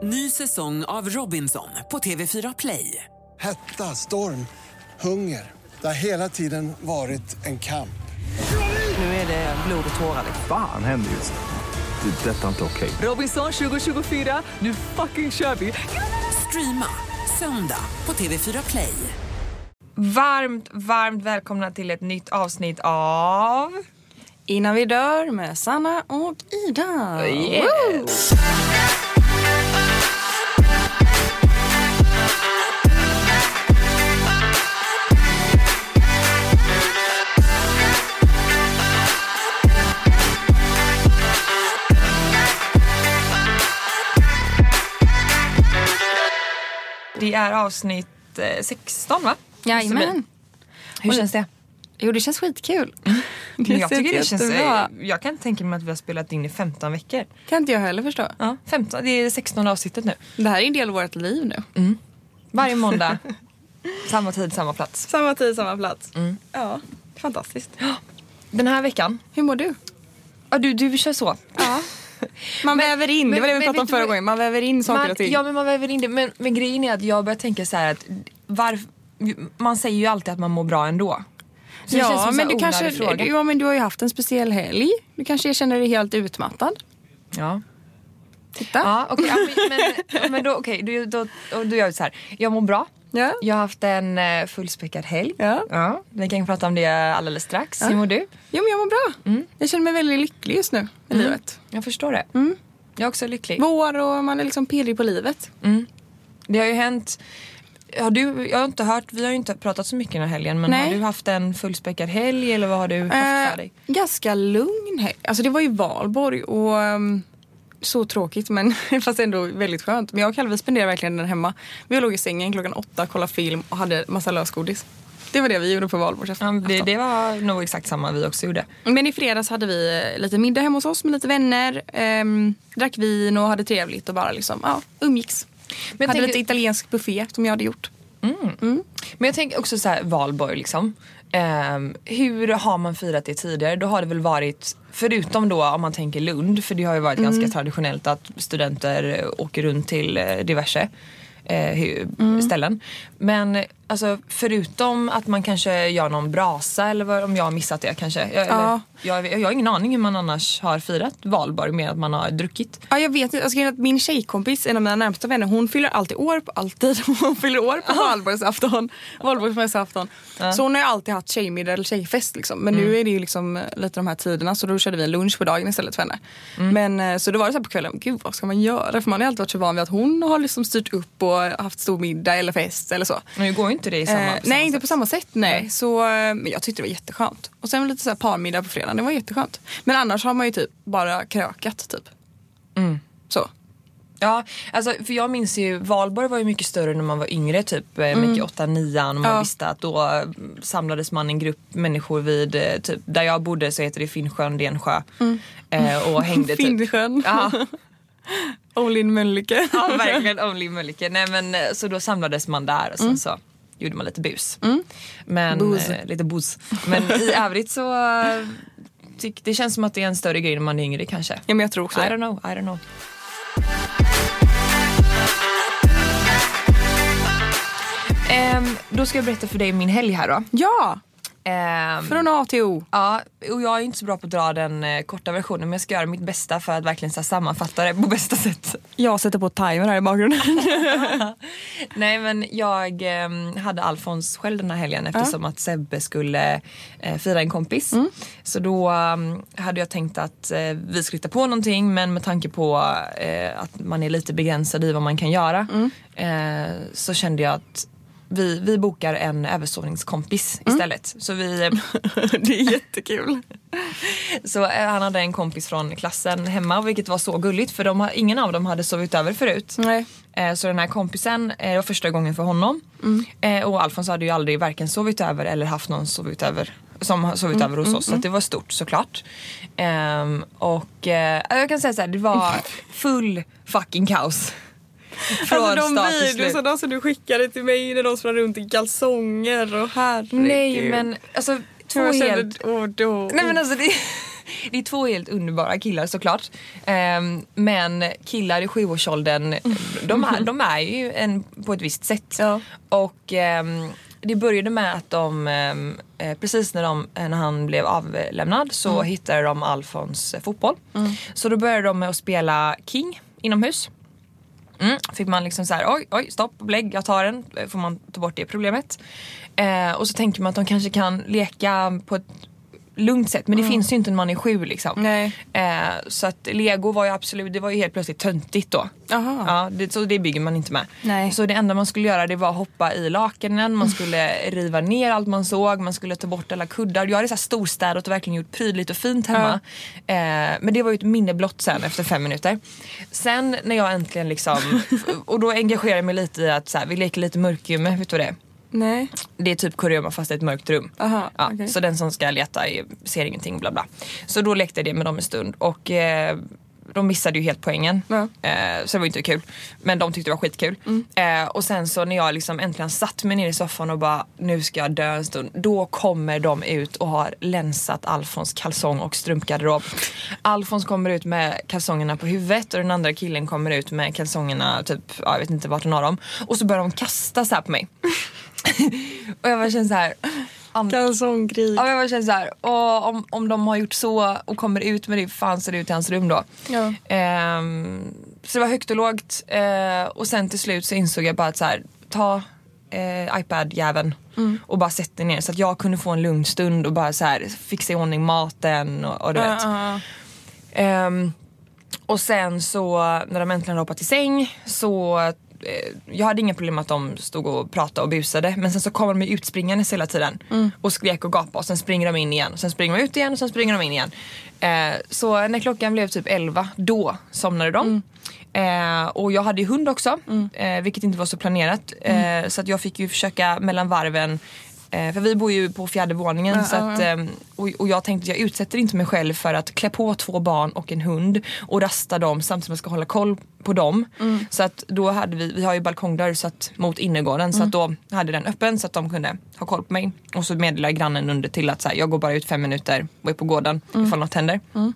Ny säsong av Robinson på TV4 Play. Hetta, storm, hunger. Det har hela tiden varit en kamp. Nu är det blod och tårar. Fan händer just nu. Det. Detta är inte okej. Robinson 2024, nu fucking kör vi. Streama söndag på TV4 Play. Varmt välkomna till ett nytt avsnitt av Innan vi dör med Sanna och Ida. Yes. Det är avsnitt 16, va? Jajamän. Hur känns det? Jo, det känns skitkul. Jag tycker det känns jag kan inte tänka mig att vi har spelat in i 15 veckor. Kan inte jag heller förstå. Ja, 15, det är 16 avsnittet nu. Det här är en del av vårt liv nu. Mm. Varje måndag. Samma tid, samma plats. Samma tid, samma plats. Ja, fantastiskt. Den här veckan. Hur mår du? Ja, du kör så. Ja. Man väver in, det var det vi pratade om förra gången. Man väver in saker och ting. Ja, men man väver in det. Men grejen är att jag börjar tänka så här att man säger ju alltid att man mår bra ändå. Så ja, men du kanske men du har ju haft en speciell helg. Du kanske känner dig helt utmattad. Ja. Titta. Ja, okej. Men då då gör vi så här. Jag mår bra. Ja. Jag har haft en fullspäckad helg. Ja. Vi kan prata om det alldeles strax. Ja. Hur mår du? Jo, men jag mår bra. Jag känner mig väldigt lycklig just nu i livet. Jag förstår det. Jag är också lycklig. Vår och man är liksom pirrig på livet. Det har ju hänt. Jag har inte hört, vi har ju inte pratat så mycket den här helgen. Men Nej. har du haft en fullspäckad helg eller vad har du haft för dig? Ganska lugn helg. Alltså det var ju valborg och så tråkigt, men fast ändå väldigt skönt. Men jag och Kalle, vi spenderade verkligen den hemma. Vi låg i sängen klockan 8, kollade film och hade massa lösgodis. Det var det vi gjorde på valborgsafton. Ja, det var nog exakt samma vi också gjorde. Men i fredags hade vi lite middag hemma hos oss med lite vänner. Drack vin och hade trevligt och bara liksom, umgicks. Men hade lite italiensk buffé som jag hade gjort. Men jag tänker också så här, valborg liksom. Hur har man firat det tidigare? Då har det väl varit, förutom då om man tänker Lund, för det har ju varit ganska traditionellt att studenter åker runt till diverse ställen. Men alltså förutom att man kanske gör någon brasa eller om jag har missat det kanske. Jag har ingen aning hur man annars har firat valborg med att man har druckit. Ja, jag vet inte. Att min tjejkompis, en av mina närmsta vänner, hon fyller alltid år på Hon fyller år på valborgsafton. Så hon har ju alltid haft tjejmiddag eller tjejfest liksom. Men nu är det ju liksom lite de här tiderna, så då körde vi en lunch på dagen istället för henne. Men så då var det så här på kvällen, gud vad ska man göra? För man har alltid varit så van vid att hon har liksom styrt upp och haft stor middag eller fest eller så. Men det går ju inte det i samma nej, inte på samma sätt, nej. Så men jag tyckte det var jätteskönt. Och sen lite så här parmiddag på fredagen, det var jätteskönt. Men annars har man ju typ bara krökat typ. Så. Ja, alltså för jag minns ju, valborg var ju mycket större när man var yngre, typ mycket 8-9 och man visste att då samlades man en grupp människor vid typ, där jag bodde så heter det Finnsjön, Densjö och hängde typ. Finnsjön. Ja. Only Mölike. Ja, verkligen Only Mölike. Nej, men så då samlades man där och sen så gjorde man lite bus. Men lite bus. Men i övrigt så det känns som att det är en större grej när man är yngre kanske. Ja, men jag tror också I don't know. Då ska jag berätta för dig min helg här då. Ja! Från A till O. Ja, och jag är inte så bra på att dra den korta versionen, men jag ska göra mitt bästa för att verkligen så här, sammanfatta det på bästa sätt. Jag sätter på timer här i bakgrunden. Nej, men jag hade Alfons själv den här helgen eftersom att Sebbe skulle fira en kompis. Så då hade jag tänkt att vi skulle hitta på någonting, men med tanke på att man är lite begränsad i vad man kan göra så kände jag att vi bokar en översovningskompis istället. Så vi det är jättekul. Så han hade en kompis från klassen hemma, vilket var så gulligt för ingen av dem hade sovit över förut. Nej. Så den här kompisen var första gången för honom. Och Alfons hade ju aldrig varken sovit över eller haft någon sovit över hos oss. Så att det var stort såklart. Och jag kan säga så här, det var full fucking kaos. Alltså de videos som du skickade till mig när de sprang runt i kalsonger och herregud. Nej, men alltså Nej men alltså Det är 2 helt underbara killar såklart. Men killar i 7-årsåldern, de är ju på ett visst sätt. Ja. Och det började med att de, precis när han blev avlämnad så hittade de Alfons fotboll. Så då började de med att spela King inomhus. Fick man liksom så här, oj, stopp, lägg, jag tar den. Får man ta bort det problemet. Och så tänker man att de kanske kan leka på ett lugnt sätt. Men det finns ju inte när man är 7 liksom. Nej. Så att Lego var ju absolut, det var ju helt plötsligt töntigt då. Aha. Ja, så det bygger man inte med. Nej. Så det enda man skulle göra, det var att hoppa i lakanen. Man skulle riva ner allt man såg. Man skulle ta bort alla kuddar. Jag hade så här storstädat och verkligen gjort prydligt och fint hemma. Men det var ju ett minne blott sen efter 5 minuter. Sen när jag äntligen liksom, och då engagerade jag mig lite i att så här, vi leker lite mörkrymme, vet du vad det är? Nej. Det är typ kurragömma fast i ett mörkt rum. Aha, ja, okay. Så den som ska leta ser ingenting, bla bla. Så då lekte jag det med dem en stund. Och de missade ju helt poängen. Ja. Så det var inte kul. Men de tyckte det var skitkul. Och sen så när jag liksom äntligen satt mig ner i soffan och bara, nu ska jag dö en stund. Då kommer de ut och har länsat Alfons kalsong och strumpgarderob. Alfons kommer ut med kalsongerna på huvudet och den andra killen kommer ut med kalsongerna typ, jag vet inte vart de har dem. Och så börjar de kasta så här på mig. Och jag bara känner så här, kalsongkrig. Ja, jag bara känner så här, om de har gjort så och kommer ut med det, fan ser det ut i hans rum då. Ja. Så det var högt och lågt. Och sen till slut så insåg jag bara att så här, ta iPad-jäveln och bara sätta dig ner så att jag kunde få en lugn stund och bara så här fixa i ordning maten och du vet. Och sen så när de äntligen hoppade till säng så jag hade inga problem att de stod och pratade och busade. Men sen så kommer de utspringande hela tiden och skrek och gapade. Och sen springer de in igen. Och sen springer de ut igen och sen springer de in igen. Så när klockan blev typ 11, då somnade de. Och jag hade ju hund också, vilket inte var så planerat. Så att jag fick ju försöka mellan varven. För vi bor ju på 4:e våningen så att, och jag tänkte jag utsätter inte mig själv för att klä på 2 barn och en hund och rasta dem samtidigt som jag ska hålla koll på dem. Så att då hade vi har ju balkongdörr så att, mot innergården så att då hade den öppen så att de kunde ha koll på mig. Och så meddelade grannen under till att så här, jag går bara ut 5 minuter och är på gården ifall något händer.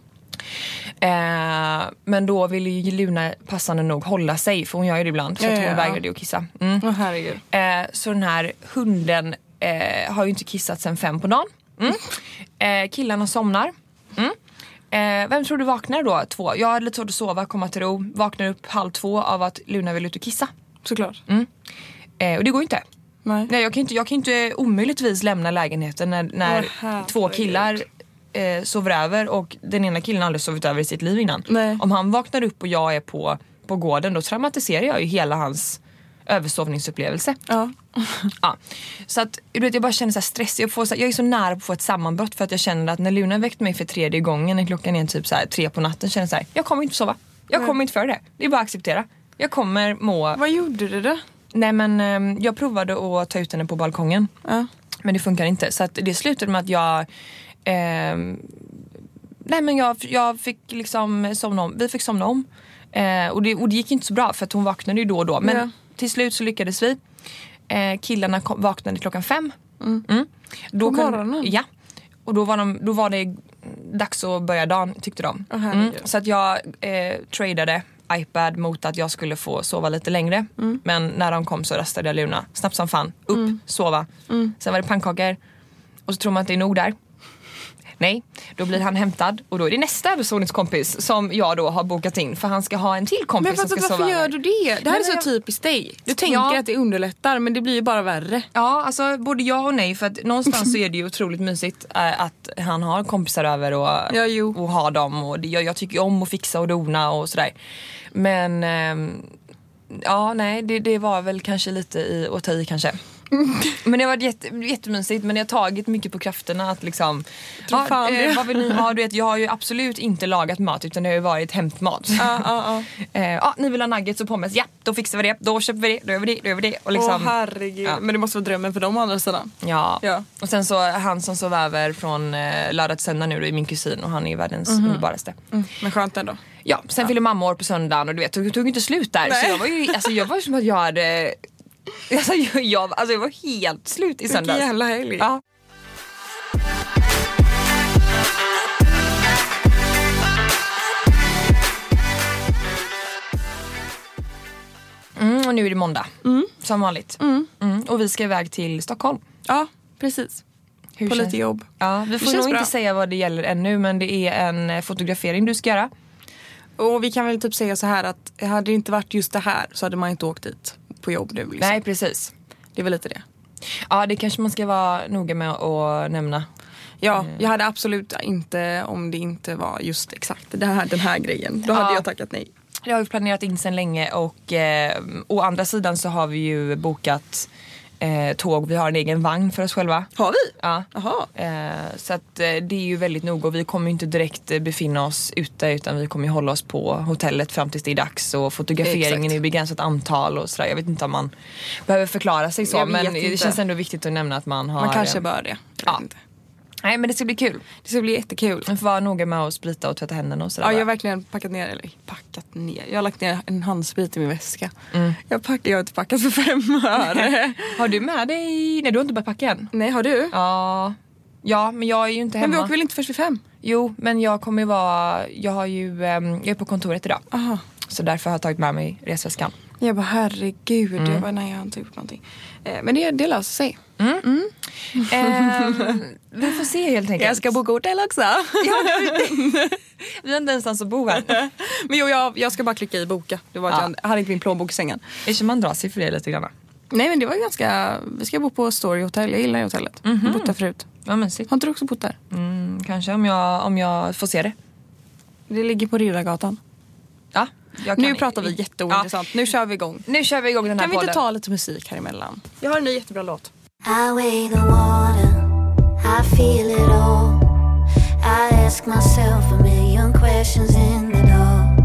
Men då ville ju Luna passande nog hålla sig, för hon gör ju det ibland så att hon vägrade att kissa. Herregud. Så den här hunden har ju inte kissat sen 5 på dagen. Killarna somnar. Vem tror du vaknar då? 2. Jag hade lite svårt att sova, komma till ro. Vaknar upp 1:30 av att Luna vill ut och kissa. Såklart. Och det går ju inte. Nej. Nej, jag kan inte omöjligtvis lämna lägenheten när 2 killar sover över och den ena killen aldrig sovit över i sitt liv innan. Nej. Om han vaknar upp och jag är på gården, då traumatiserar jag ju hela hans översovningsupplevelse. Ja. Ja. Så att jag bara känner så här stress. Jag är så nära på att få ett sammanbrott för att jag känner att när Luna väckte mig för 3:e gången när klockan är typ så här 3 på natten, känner så här, jag kommer inte sova. Jag kommer inte för det. Det är bara att acceptera. Jag kommer må. Vad gjorde du då? Nej men jag provade att ta ut henne på balkongen. Ja. Men det funkar inte. Så att det slutade med att jag fick liksom somna om. Vi fick somna om. Och det gick inte så bra för att hon vaknade ju då och då. Men till slut så lyckades vi. Killarna vaknade klockan 5. På morgonen? Ja. Och då var det dags att börja dagen, tyckte de. Så att jag tradade iPad mot att jag skulle få sova lite längre. Men när de kom så rastade jag Luna snabbt som fan. Upp, sova. Sen var det pannkakor. Och så tror man att det är nog där. Nej, då blir han hämtad. Och då är det nästa översovningskompis som jag då har bokat in. För han ska ha en till kompis. Men som ska sova. varför gör du det? Det här är så typiskt dig. Du tänker att det underlättar, men det blir ju bara värre. Ja, alltså både ja och nej. För att någonstans så är det ju otroligt mysigt att han har kompisar över och har dem. Och jag tycker om att fixa och dona och sådär. Men det var väl kanske lite att ta i kanske. Men det har varit jättemysigt. Men jag har tagit mycket på krafterna att liksom vad vill ni ha? Du vet, jag har ju absolut inte lagat mat, utan det har ju varit hämtmat. Ni vill ha nuggets och pommes. Ja, då fixar vi det. Då köper vi det. Då gör vi det. Och liksom, herregud. Men det måste vara drömmen för dem andra sidan. Ja. Och sen så han som sov över från lördag till söndag nu, då är min kusin. Och han är världens underbaraste. Men skönt ändå. Ja, sen fyllde mamma år på söndagen. Och du vet, det tog inte slut där. Nej. Så jag var ju som att jag hade... jag var helt slut i söndags. Vilken jävla helg. Ja. Och nu är det måndag. Som vanligt. Och vi ska iväg till Stockholm. Ja, precis. På lite jobb. Ja, vi får nog inte säga vad det gäller ännu, men det är en fotografering du ska göra. Och vi kan väl typ säga så här att hade det inte varit just det här så hade man inte åkt dit på jobb nu. Liksom. Nej, precis. Det är väl lite det. Ja, det kanske man ska vara noga med att nämna. Ja, jag hade absolut inte, om det inte var just exakt den här grejen. Då hade jag tackat nej. Det har vi planerat in sedan länge och å andra sidan så har vi ju bokat tåg. Vi har en egen vagn för oss själva. Har vi? Ja. Jaha. Så att det är ju väldigt noga och vi kommer inte direkt befinna oss ute utan vi kommer ju hålla oss på hotellet fram tills det är dags och fotograferingen är ju begränsat antal och sådär. Jag vet inte om man behöver förklara sig så, men det känns ändå viktigt att nämna att man har... Man kanske bör det. Jag vet inte. Nej, men det ska bli kul. Det ska bli jättekul. Man får vara noga med att sprita och tvätta händerna och sådär. Ja, jag har verkligen packat ner. Jag har lagt ner en handsprit i min väska. Jag har inte packat för 5 öre. Har du med dig... Nej, du har inte börjat packa än. Nej, har du? Ja, men jag är ju inte hemma. Men vi åker väl inte först vid 5? Jo, men jag kommer ju vara... Jag är på kontoret idag. Aha. Så därför har jag tagit med mig resväskan. Jag bara, herregud. Jag bara, nej, jag har inte gjort någonting. Men det löser sig. Vi får se helt enkelt. Jag ska boka hotell också. Vi har inte ens att bo här. Men jag ska bara klicka i boka. Det var att jag hade inte min plånbok i sängen. Kanske man drar sig för det lite grann. Nej, men det var ganska... Vi ska bo på Story Hotel. Jag gillar hotellet. Jag har bott där förut. Ja, men sitt. Har inte du också bott där? Kanske om jag får se det. Det ligger på Riddargatan. Ja. Nu pratar vi jätteointressant. Nu kör vi igång. Nu kör vi igång den här podden. Kan vi inte ta lite musik här emellan? Jag har en ny jättebra låt. I weigh the water, I feel it all. I ask myself a million questions in the dark.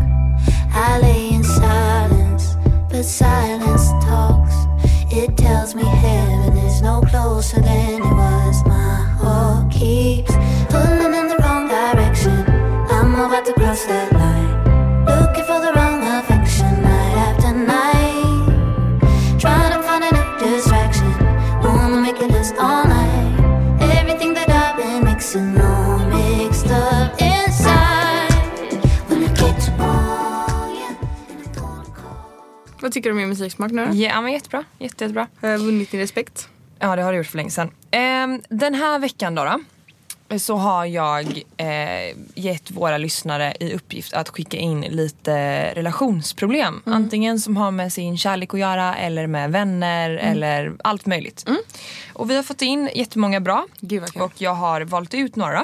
I lay in silence, but silence talks. It tells me heaven is no closer than it was. My heart keeps pulling in the wrong direction. I'm about to cross that line, looking for the wrong affection night after night. Trying to find a new distraction, wanna make a list all night. Everything that I've been mixing all mixed up inside. When I get to all, yeah, and I'm gonna call. Vad tycker du om min musiksmak nu då? Ja, men jättebra. Jättebra. Har jag vunnit din respekt? Ja, det har du gjort för länge sedan. Den här veckan då så har jag gett våra lyssnare i uppgift att skicka in lite relationsproblem. Antingen som har med sin kärlek att göra eller med vänner eller allt möjligt. Och vi har fått in jättemånga bra. Gud vad kul. Och jag har valt ut några.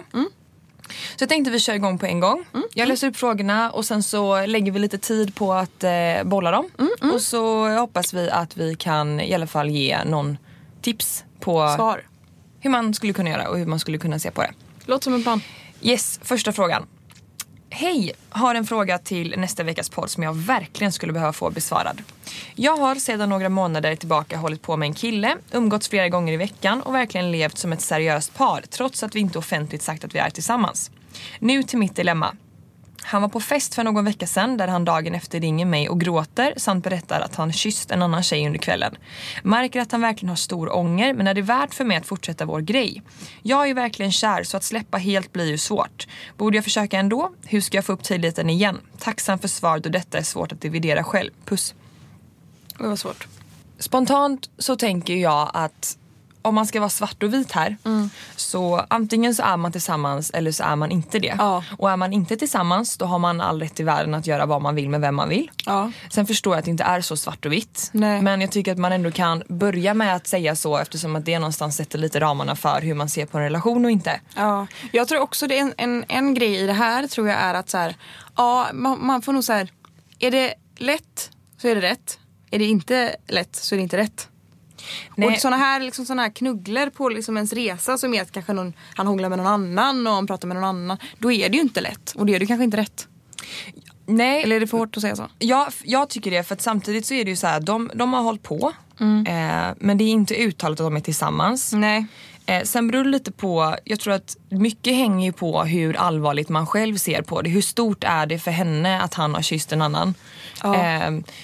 Så jag tänkte vi kör igång på en gång. Jag läser upp frågorna och sen så lägger vi lite tid på att bolla dem. Och så hoppas vi att vi kan i alla fall ge någon tips på Svar. hur man skulle kunna göra och hur man skulle kunna se på det. Låt som en plan. Yes, första frågan. Hej, har en fråga till nästa veckas podd som jag verkligen skulle behöva få besvarad. Jag har sedan några månader tillbaka hållit på med en kille, umgåtts flera gånger i veckan och verkligen levt som ett seriöst par trots att vi inte offentligt sagt att vi är tillsammans. Nu till mitt dilemma. Han var på fest för någon vecka sedan där han dagen efter ringer mig och gråter samt berättar att han kysst en annan tjej under kvällen. Märker att han verkligen har stor ånger men är det värt för mig att fortsätta vår grej? Jag är ju verkligen kär så att släppa helt blir ju svårt. Borde jag försöka ändå? Hur ska jag få upp tydligheten igen? Tacksam för svar då detta är svårt att dividera själv. Puss. Det var svårt. Spontant så tänker jag att om man ska vara svart och vit här så antingen så är man tillsammans eller så är man inte det. Ja. Och är man inte tillsammans då har man all rätt i världen att göra vad man vill med vem man vill. Ja. Sen förstår jag att det inte är så svart och vitt. Nej. Men jag tycker att man ändå kan börja med att säga så eftersom att det någonstans sätter lite ramarna för hur man ser på en relation och inte. Ja, jag tror också det är en grej i det här tror jag är att så här, ja, man får nog så här, är det lätt så är det rätt. Är det inte lätt så är det inte rätt. Nej. Och såna här knuggler på liksom ens resa som är att kanske han hånglar med någon annan och han pratar med någon annan. Då är det ju inte lätt. Och det är det kanske inte rätt. Nej. Eller är det för hårt att säga så? Ja, jag tycker det. För att samtidigt så är det ju så här, de har hållit på. Men det är inte uttalat att de är tillsammans. Nej. Sen beror det lite på, jag tror att mycket hänger ju på hur allvarligt man själv ser på det. Hur stort är det för henne att han har kysst en annan? Ja.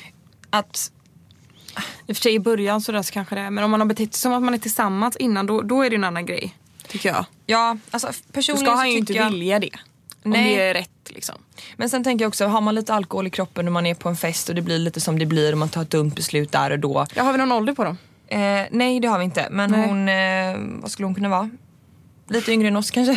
I och för sig i början så där så kanske det är. Men om man har betett sig som att man är tillsammans innan då är det en annan grej, tycker jag. Ja, alltså personligen så ska han ju så inte jag... vilja det. Nej. Om det är rätt liksom. Men sen tänker jag också, har man lite alkohol i kroppen när man är på en fest och det blir lite som det blir och man tar ett dumt beslut där och då. Ja, har vi någon ålder på dem? Nej, det har vi inte. Men hon, vad skulle hon kunna vara? Lite yngre än oss kanske.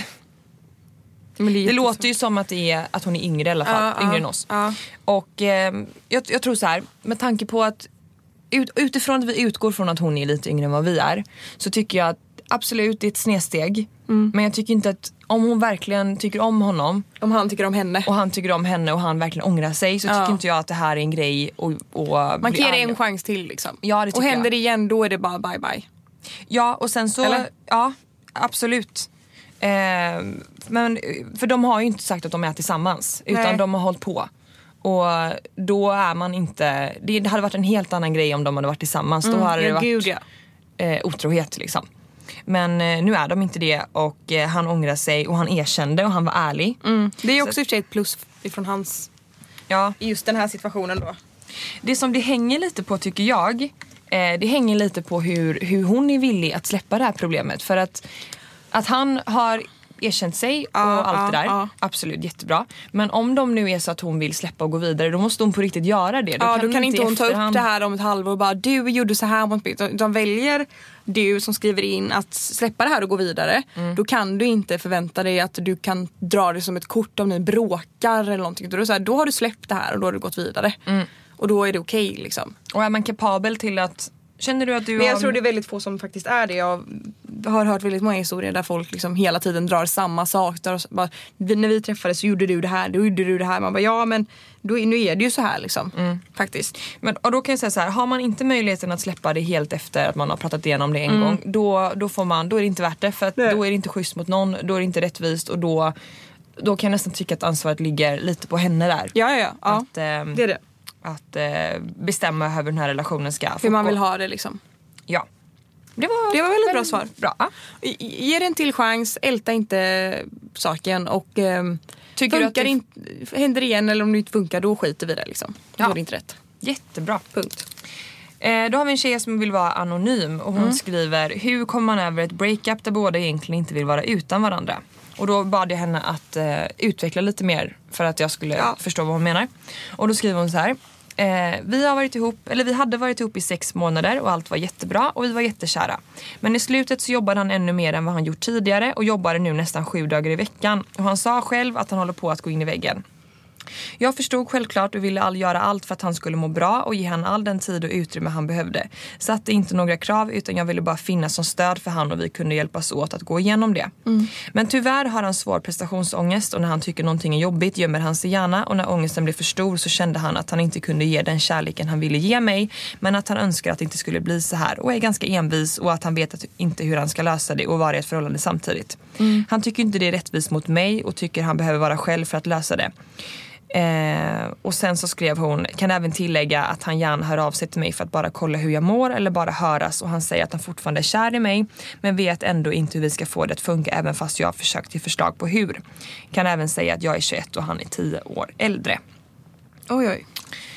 Det låter ju som att att hon är yngre i alla fall. Yngre än oss. Och jag tror så här, med tanke på att utifrån att vi utgår från att hon är lite yngre än vad vi är, så tycker jag att absolut det är ett snedsteg. Men jag tycker inte att om hon verkligen tycker om honom, om han tycker om henne och han tycker om henne och han verkligen ångrar sig, så tycker inte jag att det här är en grej och man kan ge det en chans till liksom. Ja, det tycker och händer jag. det igen, då är det bara bye bye. Ja, och sen så eller? Ja, absolut. Men för de har ju inte sagt att de är tillsammans, utan de har hållit på. Och då är man inte, det hade varit en helt annan grej om de hade varit tillsammans. Då hade det varit otrohet liksom. Men nu är de inte det, och han ångrar sig och han erkände och han var ärlig. Det är också i och för sig ett plus ifrån hans i just den här situationen då. Det som det hänger lite på, tycker jag, det hänger lite på hur hon är villig att släppa det här problemet. För att han har erkänt sig och allt det där, absolut jättebra. Men om de nu är så att hon vill släppa och gå vidare, då måste hon på riktigt göra det. Då kan inte hon ta upp det här om ett halvår och bara, du gjorde så här. De väljer du som skriver in att släppa det här och gå vidare. Då kan du inte förvänta dig att du kan dra det som ett kort om ni bråkar eller någonting. Då har du släppt det här och då har du gått vidare. Och då är det okej liksom. Och är man kapabel till att, känner du att du... Men jag tror det är väldigt få som faktiskt är det. Jag har hört väldigt många historier där folk liksom hela tiden drar samma sak. Där bara, när vi träffades så gjorde du det här, då gjorde du det här. Man bara, ja men nu är det ju så här liksom. Faktiskt. Men, och då kan jag säga så här, har man inte möjligheten att släppa det helt efter att man har pratat igenom det en gång, då är det inte värt det. För att då är det inte schysst mot någon, då är det inte rättvist, och då kan jag nästan tycka att ansvaret ligger lite på henne där. Ja. Att, det är det. Att bestämma hur den här relationen ska hur man vill ha det liksom. Ja. Det var väldigt bra svar. Bra. Ge det en till chans, älta inte saken, och funkar det inte, händer det igen eller om det inte funkar, då skiter vi det liksom. Då är det inte rätt. Jättebra. Punkt. Då har vi en tjej som vill vara anonym, och hon skriver: hur kommer man över ett breakup där båda egentligen inte vill vara utan varandra? Och då bad jag henne att utveckla lite mer för att jag skulle förstå vad hon menar. Och då skriver hon så här: vi hade varit ihop i 6 månader och allt var jättebra och vi var jättekära. Men i slutet så jobbade han ännu mer än vad han gjort tidigare och jobbade nu nästan 7 dagar i veckan. Och han sa själv att han håller på att gå in i väggen. Jag förstod självklart och ville göra allt för att han skulle må bra och ge han all den tid och utrymme han behövde. Satte inte några krav, utan jag ville bara finnas som stöd för han och vi kunde hjälpas åt att gå igenom det. Men tyvärr har han svår prestationsångest, och när han tycker någonting är jobbigt gömmer han sig gärna, och när ångesten blev för stor så kände han att han inte kunde ge den kärleken han ville ge mig, men att han önskar att det inte skulle bli så här, och är ganska envis, och att han vet inte hur han ska lösa det och vara i ett förhållande samtidigt. Han tycker inte det är rättvist mot mig och tycker han behöver vara själv för att lösa det. Och sen så skrev hon: kan även tillägga att han gärna hör av sig till mig för att bara kolla hur jag mår eller bara höras, och han säger att han fortfarande är kär i mig men vet ändå inte hur vi ska få det att funka, även fast jag har försökt till förslag på hur. Kan även säga att jag är 21 och han är 10 år äldre. Oj.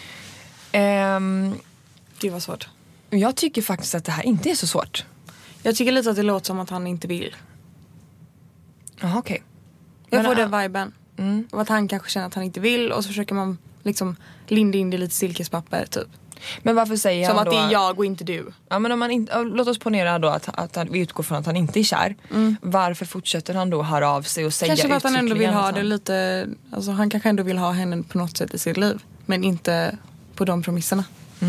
Det var svårt. Jag tycker faktiskt att det här inte är så svårt. Jag tycker lite att det låter som att han inte vill. Jaha, okej. Jag får den viben. Och att han kanske känner att han inte vill, och så försöker man liksom linda in det lite silkespapper typ. Men varför säger som han att då, det är jag och inte du? Ja, men om man inte, låt oss ponera då att vi utgår från att han inte är kär. Varför fortsätter han då höra av sig och säga kanske för att han ändå vill ha att det lite, alltså han kanske ändå vill ha henne på något sätt i sitt liv, men inte på de premisserna.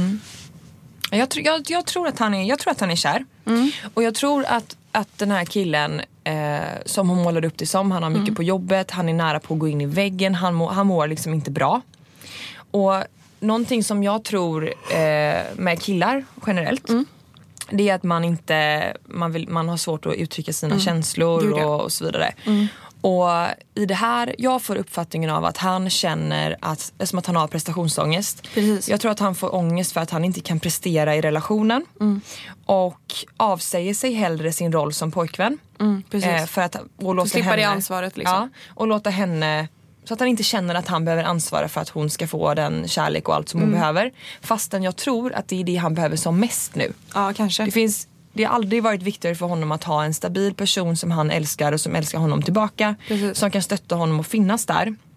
Jag tror att han är kär. Och jag tror att den här killen som hon målade upp det som, han har mycket på jobbet, han är nära på att gå in i väggen, han mår liksom inte bra. Och någonting som jag tror med killar generellt, det är att man har svårt att uttrycka sina känslor och så vidare. Och i det här, jag får uppfattningen av att han känner som att han har prestationsångest. Precis. Jag tror att han får ångest för att han inte kan prestera i relationen. Och avsäger sig hellre sin roll som pojkvän. För att låta slippa det ansvaret liksom. Ja, och låta henne, så att han inte känner att han behöver ansvara för att hon ska få den kärlek och allt som hon behöver. Fastän jag tror att det är det han behöver som mest nu. Ja, kanske. Det har aldrig varit viktigare för honom att ha en stabil person som han älskar och som älskar honom tillbaka. Precis. Som kan stötta honom och finnas där.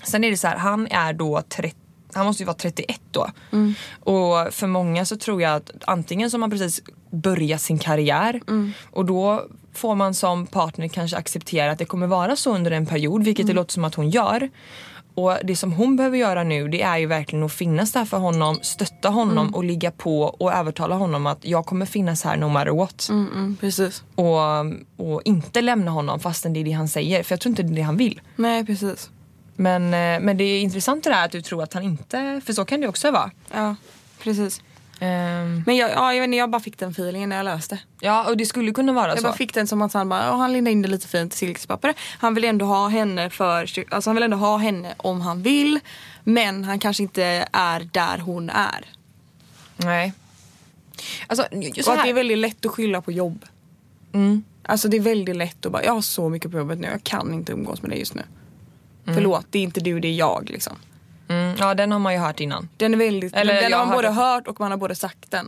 Sen är det så här, han är då han måste ju vara 31 då. Och för många så tror jag att antingen som man precis börjar sin karriär och då får man som partner kanske acceptera att det kommer vara så under en period, vilket det låter som att hon gör. Och det som hon behöver göra nu, det är ju verkligen att finnas där för honom, stötta honom och ligga på och övertala honom att jag kommer finnas här no matter what. Precis. Och inte lämna honom fastän det är det han säger, för jag tror inte det är det han vill. Nej, precis. Men det är intressant det där att du tror att han inte, för så kan det också vara. Ja, precis. Men jag bara fick den feelingen när jag läste. Ja, och det skulle kunna vara så. Jag bara fick den som att han lindade in det lite fint i silkespapper. Han vill ändå ha henne han vill ändå ha henne om han vill. Men han kanske inte är där hon är. Nej. Alltså, och att det är väldigt lätt att skylla på jobb. Alltså det är väldigt lätt att bara, jag har så mycket på jobbet nu, jag kan inte umgås med dig just nu. Förlåt, det är inte du, det är jag liksom. Ja, den har man ju hört innan. Den är väldigt, den har man både hört och man har både sagt den.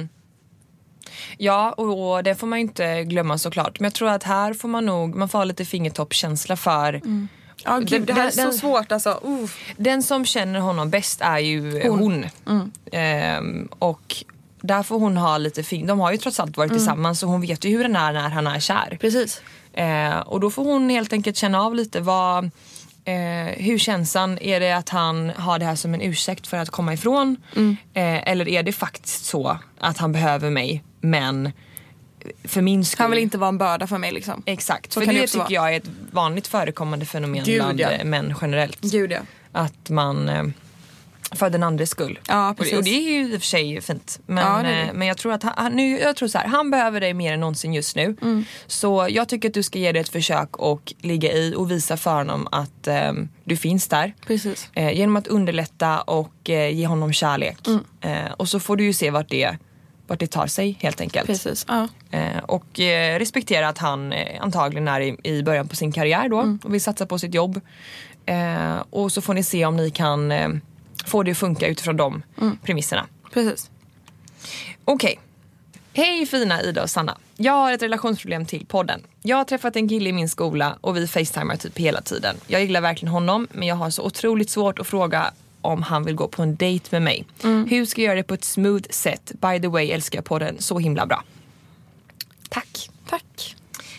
Ja, och det får man ju inte glömma såklart. Men jag tror att här får man får ha lite fingertoppkänsla för... Ja, gud, det här är så svårt alltså. Den som känner honom bäst är ju hon. Och där får hon ha lite de har ju trots allt varit tillsammans, så hon vet ju hur den är när han är kär. Precis. Och då får hon helt enkelt känna av lite hur känns han? Är det att han har det här som en ursäkt för att komma ifrån? Eller är det faktiskt så att han behöver mig, men för min skull? Han vill inte vara en börda för mig liksom. Exakt, så för det tycker jag är ett vanligt förekommande fenomen bland män generellt. Gud, ja. Att man... för den andres skull. Ja, precis. Och det är ju i och för sig fint. Men jag tror att jag tror så här, han behöver dig mer än någonsin just nu. Så jag tycker att du ska ge det ett försök och ligga i och visa för honom att du finns där. Precis. Genom att underlätta och ge honom kärlek. Och så får du ju se vart det tar sig helt enkelt. Precis, ja. Och respektera att han antagligen är i början på sin karriär då. Och vill satsa på sitt jobb. Och så får ni se om ni kan... får det att funka utifrån de premisserna. Precis. Okej. Hej fina Ida och Sanna. Jag har ett relationsproblem till podden. Jag har träffat en kille i min skola och vi facetimar typ hela tiden. Jag gillar verkligen honom, men jag har så otroligt svårt att fråga om han vill gå på en dejt med mig. Hur ska jag göra det på ett smooth sätt? By the way, älskar jag podden så himla bra. Tack. Tack.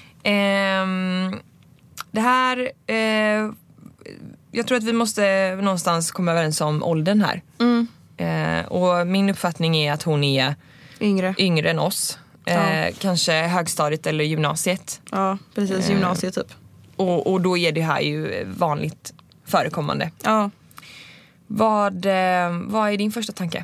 Det här... jag tror att vi måste någonstans komma överens om åldern här. Och min uppfattning är att hon är yngre än oss. Kanske högstadiet eller gymnasiet. Ja, precis. Gymnasiet typ. Och då är det här ju vanligt förekommande. Ja. Vad är din första tanke?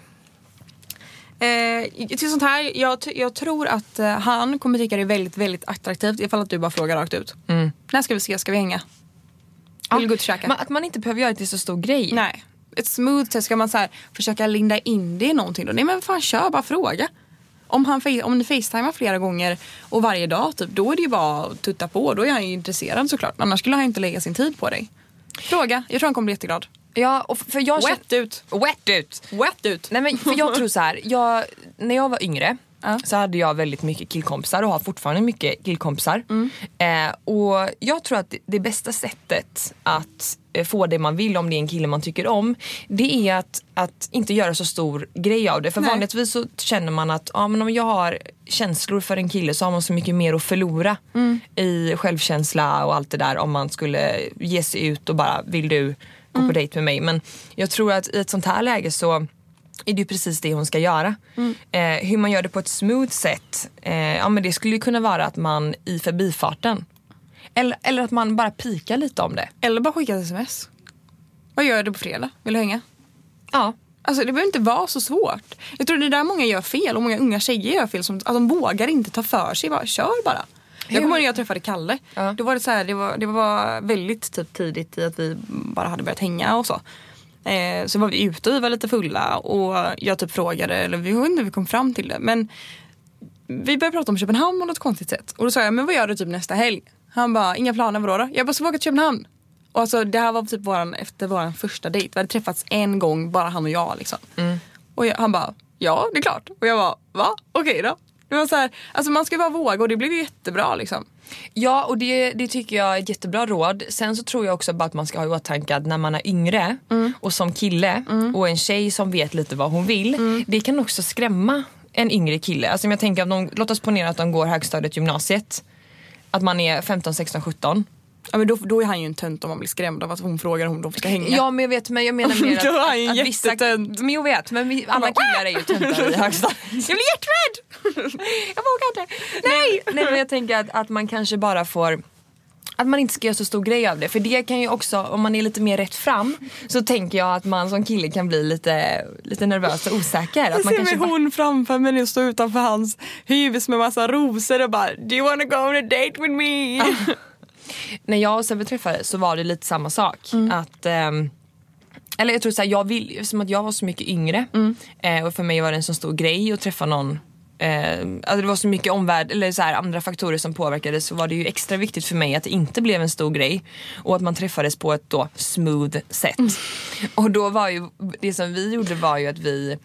Till sånt här, jag tror att han kommer tycka det är väldigt, väldigt attraktivt ifall att du bara frågar rakt ut. När ska vi ses? Ska vi hänga? Vill gå ut och käka? Att man inte behöver göra det till så stor grej. Nej. Ett smooth sätt ska man så här försöka linda in det i någonting då. Nej men fan, kör, bara fråga. Om ni facetimar flera gånger och varje dag typ, då är det ju bara att tutta på. Då är han ju intresserad såklart. Annars skulle han inte lägga sin tid på dig. Fråga, jag tror han kommer bli jätteglad. Ja, och för jag Wet ut. Nej men för jag tror så här, när jag var yngre så hade jag väldigt mycket killkompisar och har fortfarande mycket killkompisar. Och jag tror att det bästa sättet att få det man vill, om det är en kille man tycker om, det är att inte göra så stor grej av det. För vanligtvis så känner man att men om jag har känslor för en kille så har man så mycket mer att förlora i självkänsla och allt det där, om man skulle ge sig ut och bara, vill du gå på dejt med mig? Men jag tror att i ett sånt här läge så är det ju precis det hon ska göra. Hur man gör det på ett smooth sätt, men det skulle ju kunna vara att man i förbifarten eller att man bara pikar lite om det. Eller bara skicka ett sms. Vad gör du på fredag? Vill du hänga? Ja. Alltså det behöver inte vara så svårt. Jag tror det är där många gör fel, och många unga tjejer gör fel, som att de vågar inte ta för sig. Bara, kör bara. Jag kommer ihåg när jag träffade Kalle. Då var det så här, det var väldigt typ tidigt i att vi bara hade börjat hänga och så. Så var vi ute och vi var lite fulla, och jag typ frågade, eller vi vet inte hur vi kom fram till det, men vi började prata om Köpenhamn på något konstigt sätt. Och då sa jag, men vad gör du typ nästa helg? Han bara, inga planer, vadå? Jag bara, så åka till Köpenhamn. Och alltså det här var typ efter vår första dejt. Vi hade träffats en gång, bara han och jag liksom. Och han bara, ja det är klart. Och jag bara, va? Okej då. Det var så här, alltså man ska bara våga och det blev ju jättebra liksom. Ja, och det tycker jag är ett jättebra råd. Sen så tror jag också bara att man ska ha i åtanke att när man är yngre och som kille och en tjej som vet lite vad hon vill, det kan också skrämma en yngre kille. Alltså om jag tänker att låt oss ponera att de går högstadiet, gymnasiet, att man är 15, 16, 17. Ja, men då är han ju en tönt om man blir skrämd av att hon frågar om de ska hänga. Ja, men jag vet, men jag menar mer då är han ju att vissa... jättetönt. Men jag vet, men alla killar är ju töntar i högstadiet. Jag blir jätterädd! Jag vågar inte. Nej, men jag tänker att man kanske bara får... Att man inte ska göra så stor grej av det. För det kan ju också, om man är lite mer rätt fram, så tänker jag att man som kille kan bli lite nervös och osäker. Att Jag man ser kanske mig hon framför mig och står utanför hans hus med massa rosor och bara, do you wanna go on a date with me? När jag och Sebbe träffades så var det lite samma sak. Att... eller jag tror såhär, jag vill, som att jag var så mycket yngre. Och för mig var det en så stor grej att träffa någon. Alltså det var så mycket omvärld eller så här, andra faktorer som påverkade, så var det ju extra viktigt för mig att det inte blev en stor grej och att man träffades på ett då smooth sätt. Och då var ju det som vi gjorde var ju att vi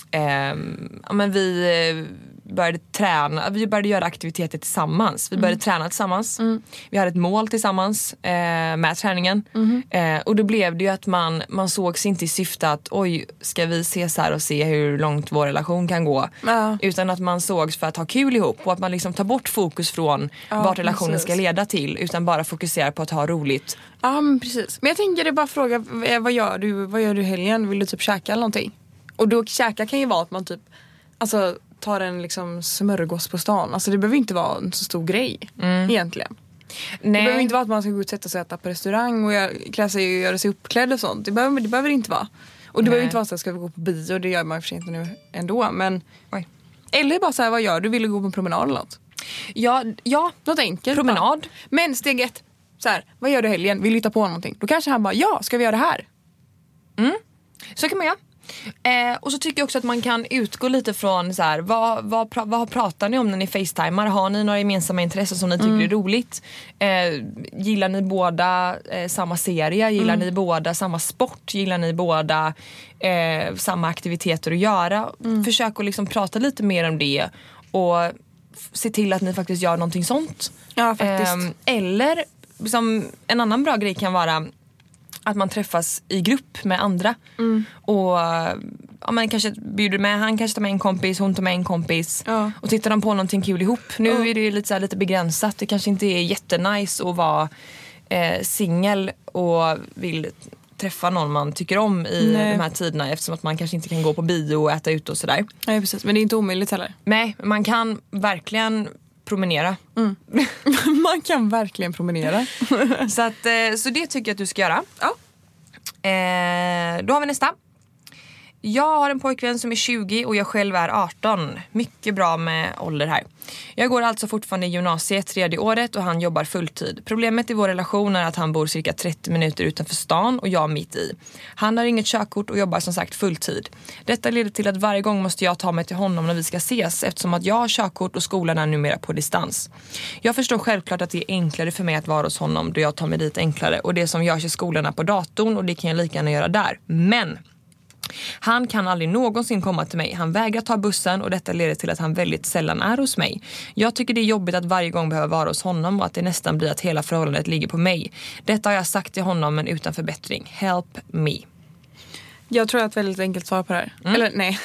började träna, vi började göra aktiviteter tillsammans. Vi började träna tillsammans. Vi hade ett mål tillsammans med träningen. Och då blev det ju att man sågs inte i syfte att oj, ska vi ses här och se hur långt vår relation kan gå. Utan att man sågs för att ha kul ihop och att man liksom tar bort fokus från vart relationen ska leda till, utan bara fokuserar på att ha roligt. Ja, men precis. Men jag tänker det bara fråga, vad gör du i helgen? Vill du typ käka eller någonting? Och då käka kan ju vara att man typ tar en liksom smörgås på stan. Alltså det behöver inte vara en så stor grej egentligen. Nej. Det behöver inte vara att man ska gå ut och sätta sig och äta på restaurang och klä sig och göra sig uppklädd och sånt. Det behöver inte vara. Och det behöver inte vara så att ska vi gå på bio, det gör man för sig inte nu ändå. Men, eller bara så här, vad gör du? Vill du gå på en promenad eller något? Ja. Något enkelt. Promenad. Bara. Men steg 1, så här, vad gör du helgen? Vill du hitta på någonting? Då kanske han bara, ja, ska vi göra det här? Så kan man göra. Och så tycker jag också att man kan utgå lite från så här, vad pratar ni om när ni facetimar? Har ni några gemensamma intressen som ni tycker är roligt? Gillar ni båda samma serie? Gillar ni båda samma sport? Gillar ni båda samma aktiviteter att göra? Försök att liksom prata lite mer om det och se till att ni faktiskt gör någonting sånt. Ja, faktiskt. Eller liksom, en annan bra grej kan vara att man träffas i grupp med andra. Och man kanske bjuder med, han kanske tar med en kompis, hon tar med en kompis. Och tittar de på någonting kul ihop. Nu är det ju lite begränsat. Det kanske inte är jättenice att vara singel och vill träffa någon man tycker om i de här tiderna, eftersom att man kanske inte kan gå på bio och äta ut och sådär. Nej, precis. Men det är inte omöjligt heller. Nej, man kan verkligen promenera. Man kan verkligen promenera. Så det tycker jag att du ska göra. Ja. Då har vi nästa. Jag har en pojkvän som är 20 och jag själv är 18. Mycket bra med ålder här. Jag går alltså fortfarande i gymnasiet 3:e året och han jobbar fulltid. Problemet i vår relation är att han bor cirka 30 minuter utanför stan och jag mitt i. Han har inget körkort och jobbar som sagt fulltid. Detta leder till att varje gång måste jag ta mig till honom när vi ska ses, eftersom att jag har körkort och skolan är numera på distans. Jag förstår självklart att det är enklare för mig att vara hos honom då jag tar mig dit enklare, och det som görs i skolan är på datorn och det kan jag lika gärna göra där. Men han kan aldrig någonsin komma till mig. Han vägrar ta bussen och detta leder till att han väldigt sällan är hos mig. Jag tycker det är jobbigt att varje gång behöva vara hos honom och att det nästan blir att hela förhållandet ligger på mig. Detta har jag sagt till honom men utan förbättring. Help me. Jag tror jag har ett väldigt enkelt svar på det här. Eller nej.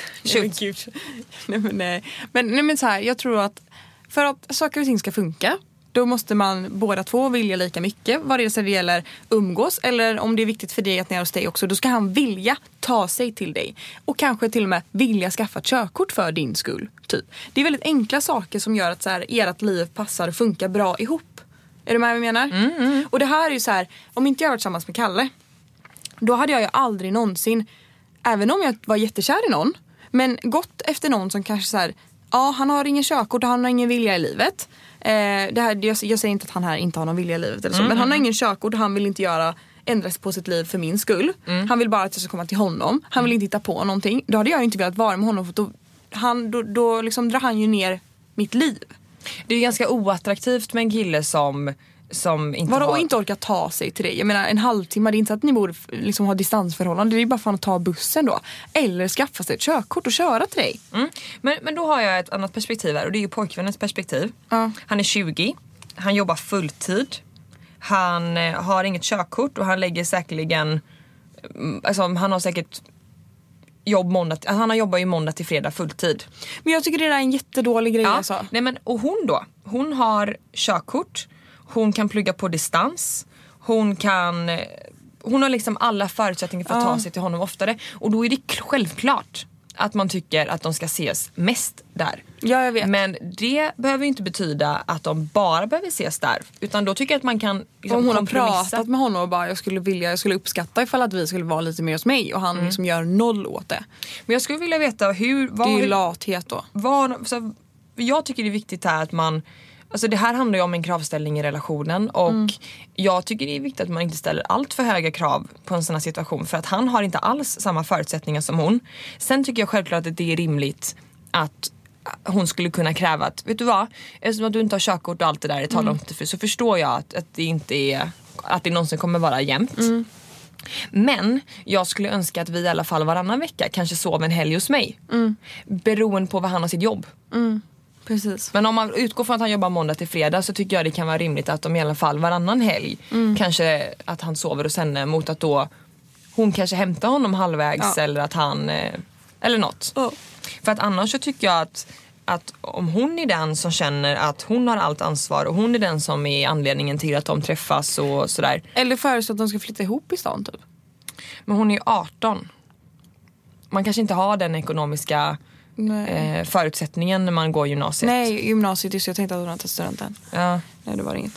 Men så här, jag tror att för att saker och ting ska funka, då måste man båda två vilja lika mycket. Vare sig det gäller umgås eller om det är viktigt för dig att ni är hos dig också. Då ska han vilja ta sig till dig. Och kanske till och med vilja skaffa ett körkort för din skull. Typ. Det är väldigt enkla saker som gör att så här, ert liv passar och funkar bra ihop. Är du med vad jag menar? Och det här är ju så här, om inte jag var tillsammans med Kalle, då hade jag ju aldrig någonsin, även om jag var jättekär i någon, men gått efter någon som kanske så här, ja, han har ingen körkort och han har ingen vilja i livet. Jag säger inte att han här inte har någon vilja i livet eller så, men han har ingen körkort och han vill inte ändras på sitt liv för min skull. Han vill bara att jag ska komma till honom. Han vill inte hitta på någonting. Då hade jag ju inte velat vara med honom, för då liksom drar han ju ner mitt liv. Det är ganska oattraktivt med en kille som som inte Vadå har... och inte orka ta sig till dig? Jag menar en halvtimme, det är inte så att ni borde liksom ha distansförhållande. Det är ju bara fan att ta bussen då. Eller skaffa sig ett körkort och köra till dig. Men då har jag ett annat perspektiv här. Och det är ju pojkvännens perspektiv. Ja. Han är 20. Han jobbar fulltid. Han har inget körkort. Och han lägger säkerligen... Alltså han har säkert... Han jobbar ju måndag till fredag fulltid. Men jag tycker det är en jättedålig grej alltså. Nej men, och hon då? Hon har körkort. Hon kan plugga på distans. Hon har liksom alla förutsättningar för att ta sig till honom oftare. Och då är det självklart att man tycker att de ska ses mest där. Ja, jag vet. Men det behöver ju inte betyda att de bara behöver ses där. Utan då tycker jag att man kan liksom, om hon har kompromissa. pratat med honom och bara jag skulle uppskatta ifall att vi skulle vara lite mer hos mig. Och han liksom gör noll åt det. Men jag skulle vilja veta det är ju lathet då. Jag tycker det är viktigt här att man... Alltså det här handlar ju om en kravställning i relationen. Och jag tycker det är viktigt att man inte ställer allt för höga krav på en sån här situation. För att han har inte alls samma förutsättningar som hon. Sen tycker jag självklart att det är rimligt att hon skulle kunna kräva att, vet du vad, eftersom att du inte har körkort och allt det där ett tag långt för, så förstår jag att det inte är, att det någonsin kommer vara jämnt. Men jag skulle önska att vi i alla fall varannan vecka kanske sov en helg hos mig. Beroende på vad han har sitt jobb. Precis. Men om man utgår från att han jobbar måndag till fredag, så tycker jag det kan vara rimligt att de i alla fall varannan helg kanske att han sover hos henne, mot att då hon kanske hämtar honom halvvägs eller att han eller något. För att annars så tycker jag att om hon är den som känner att hon har allt ansvar och hon är den som är anledningen till att de träffas och sådär. Eller föreslå att de ska flytta ihop i stan typ. Men hon är ju 18. Man kanske inte har den ekonomiska förutsättningen när man går gymnasiet. Nej, gymnasiet, just jag tänkte att hon hade tagit studenten. Ja. Nej, det var inget.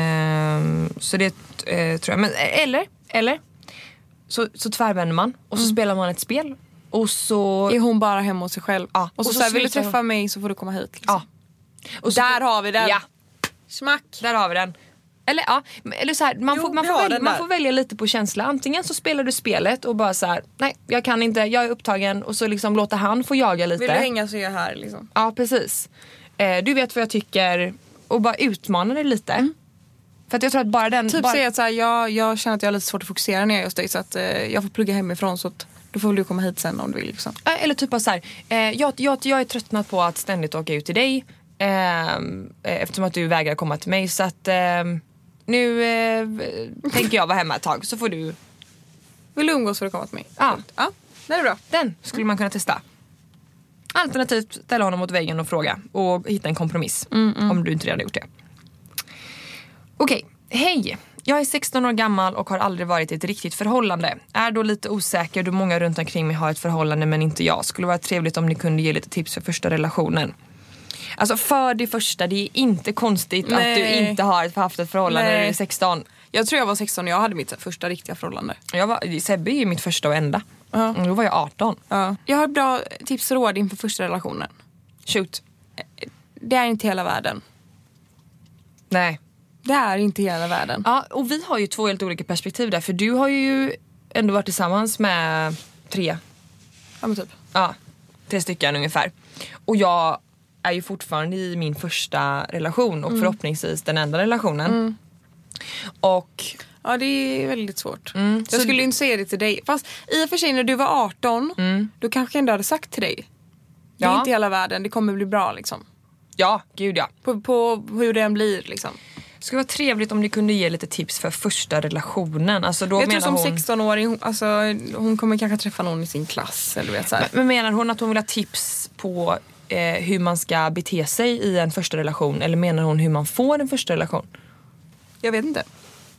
Så det tror jag. Men, eller så tvärvänder man och så spelar man ett spel. Och så är hon bara hemma hos sig själv. Ja. Och så vill du träffa mig så får du komma hit. Liksom. Ja. Och där har vi den. Ja. Smack. Där har vi den. Eller så här, man får välja lite på känsla. Antingen så spelar du spelet och bara så här: nej, jag kan inte, jag är upptagen. Och så liksom låter han få jaga lite. Vill du hänga så är jag här liksom. Ja, precis. Du vet vad jag tycker. Och bara utmana det lite. För att jag tror att bara den... Typ säga att så här, jag känner att jag har lite svårt att fokusera när jag är hos dig. Så att jag får plugga hemifrån, så att då får du komma hit sen om du vill liksom. Eller typ av så här, jag är tröttnat på att ständigt åka ut till dig. Eftersom att du vägrar komma till mig. Så att nu tänker jag vara hemma ett tag. Så får du... Vill du umgås för att komma till mig? Ja. Ja, det är bra. Den skulle man kunna testa. Alternativt ställa honom mot väggen och fråga. Och hitta en kompromiss. Om du inte redan gjort det. Okej, hej. Jag är 16 år gammal och har aldrig varit i ett riktigt förhållande. Är då lite osäker då många runt omkring mig har ett förhållande men inte jag. Skulle vara trevligt om ni kunde ge lite tips för första relationen. Alltså för det första, det är inte konstigt att du inte har haft ett förhållande när du är 16. Jag tror jag var 16 och jag hade mitt första riktiga förhållande. Sebbe är ju mitt första och enda. Då var jag 18. Jag har bra tips och råd inför första relationen. Shoot. Det är inte hela världen. Nej. Det är inte hela världen. Ja, och vi har ju två helt olika perspektiv där. För du har ju ändå varit tillsammans med 3. Ja, men typ. Ja, 3 stycken ungefär. Och jag är ju fortfarande i min första relation. Och förhoppningsvis den enda relationen. Och... Ja, det är väldigt svårt. Jag skulle inte säga det till dig. Fast i och för sig när du var 18, då kanske jag ändå hade sagt till dig. Det är inte hela världen, det kommer bli bra liksom. Ja, gud ja. På hur det än blir liksom. Det skulle vara trevligt om du kunde ge lite tips för första relationen. Alltså, då jag tror som hon... 16-åring, alltså, hon kommer kanske träffa någon i sin klass. Eller vet, så här. Men menar hon att hon vill ha tips på hur man ska bete sig i en första relation? Eller menar hon hur man får en första relation? Jag vet inte.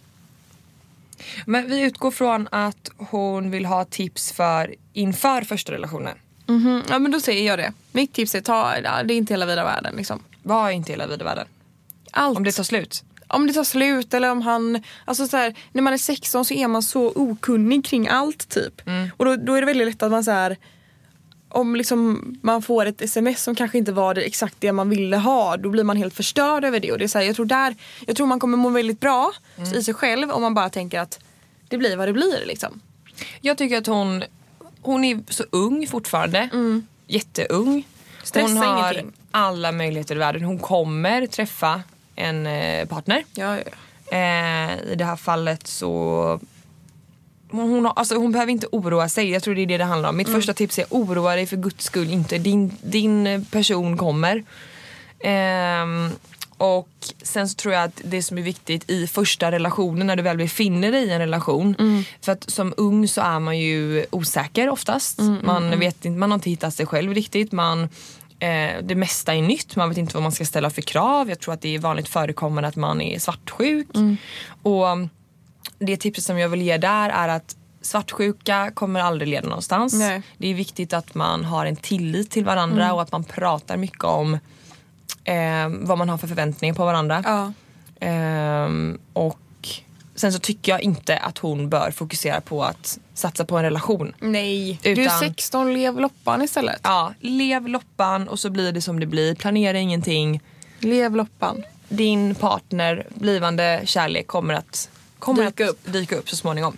Men vi utgår från att hon vill ha tips inför första relationen. Ja, men då säger jag det. Mitt tips är det är inte hela vida världen liksom. Vad är inte hela vida världen? Allt. Om det tar slut? Om det tar slut eller om han... Alltså så här, när man är 16 så är man så okunnig kring allt typ. Och då är det väldigt lätt att man så här... Om liksom man får ett sms som kanske inte var det exakt det man ville ha, då blir man helt förstörd över det. Och det är så här, jag tror man kommer må väldigt bra i sig själv om man bara tänker att det blir vad det blir liksom. Jag tycker att hon är så ung fortfarande. Jätteung. Stressa hon har ingenting. alla möjligheter i världen. Hon kommer träffa en partner. Ja. I det här fallet så hon behöver inte oroa sig. Jag tror det är det handlar om. Mitt första tips är oroa dig för Guds skull inte. Din person kommer. Och sen så tror jag att det som är viktigt i första relationen, när du väl befinner dig i en relation, för att som ung så är man ju osäker oftast. Man vet inte, man har inte hittat sig själv riktigt. Det mesta är nytt. Man vet inte vad man ska ställa för krav. Jag tror att det är vanligt förekommande att man är svartsjuk. Och det tipset som jag vill ge där är att svartsjuka kommer aldrig leda någonstans. Nej. Det är viktigt att man har en tillit till varandra och att man pratar mycket om vad man har för förväntningar på varandra. Ja. Och sen så tycker jag inte att hon bör fokusera på att satsa på en relation. Nej, du är 16, lev loppan istället. Ja, lev loppan och så blir det som det blir. Planera ingenting. Lev loppan. Din partner, blivande kärlek kommer att dyka upp så småningom.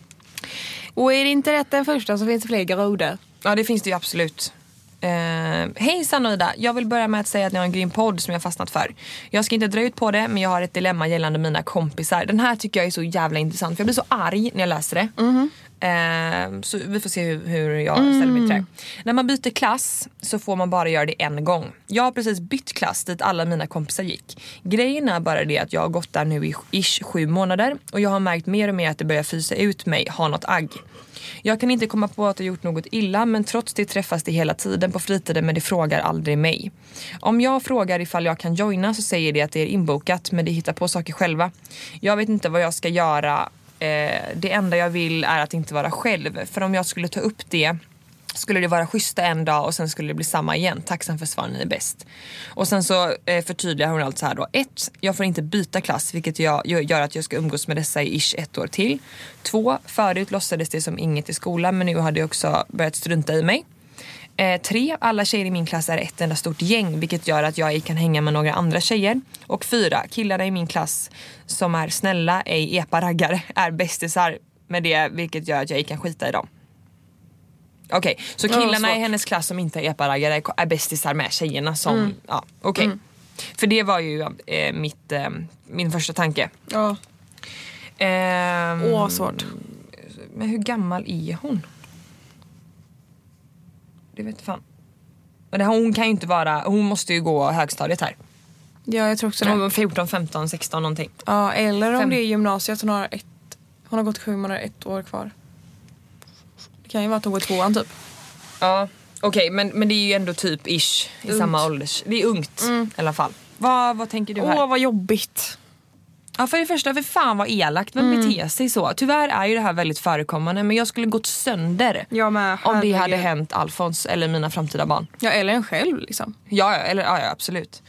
Och är det inte rätt den första så finns det fler grodor. Ja, det finns det ju absolut. Hej Sanna och Ida, jag vill börja med att säga att ni har en grym podd som jag fastnat för. Jag ska inte dra ut på det, men jag har ett dilemma gällande mina kompisar. Den här tycker jag är så jävla intressant, för jag blir så arg när jag läser det. Så vi får se hur jag ställer mig till det. När man byter klass så får man bara göra det en gång. Jag har precis bytt klass dit alla mina kompisar gick. Grejen är bara det att jag har gått där nu i 7 månader och jag har märkt mer och mer att det börjar fysa ut mig, ha något agg. Jag kan inte komma på att jag gjort något illa, men trots det träffas det hela tiden på fritiden, men det frågar aldrig mig. Om jag frågar ifall jag kan joina så säger det att det är inbokat, men det hittar på saker själva. Jag vet inte vad jag ska göra. Det enda jag vill är att inte vara själv. För om jag skulle ta upp det skulle det vara schyssta en dag och sen skulle det bli samma igen. Tacksam för svar, ni är bäst. Och sen så förtydligar hon allt så här då. 1. Jag får inte byta klass, vilket gör att jag ska umgås med dessa i 1 år till. 2. Förut låtsades det som inget i skolan, men nu hade jag också börjat strunta i mig. 3. Alla tjejer i min klass är ett enda stort gäng, vilket gör att jag kan hänga med några andra tjejer. Och 4. Killarna i min klass som är snälla, ej epa-raggare, är bästisar med det, vilket gör att jag kan skita i dem. Okej, så killarna i hennes klass som inte är epa-raggare är bästisar med tjejerna som... Ja, okej. För det var ju min första tanke. Ja. Svårt. Men hur gammal är hon? Det vet fan. Men hon kan ju inte vara... Hon måste ju gå högstadiet här. Ja, jag tror också det. 14, 15, 16 någonting. Ja, eller om det är gymnasiet. Hon har gått 7 månader, 1 år kvar. Det kan ju vara att hon går 2:an typ. Ja, okej, men det är ju ändå typ ish i samma ålders. Det är ungt i alla fall. Vad tänker du här? Vad jobbigt. Ja, för det första, för fan vad elakt. Vem beter sig så? Tyvärr är ju det här väldigt förekommande, men jag skulle gått sönder om det hade hänt Alfons eller mina framtida barn. Ja, eller en själv liksom. Ja, absolut.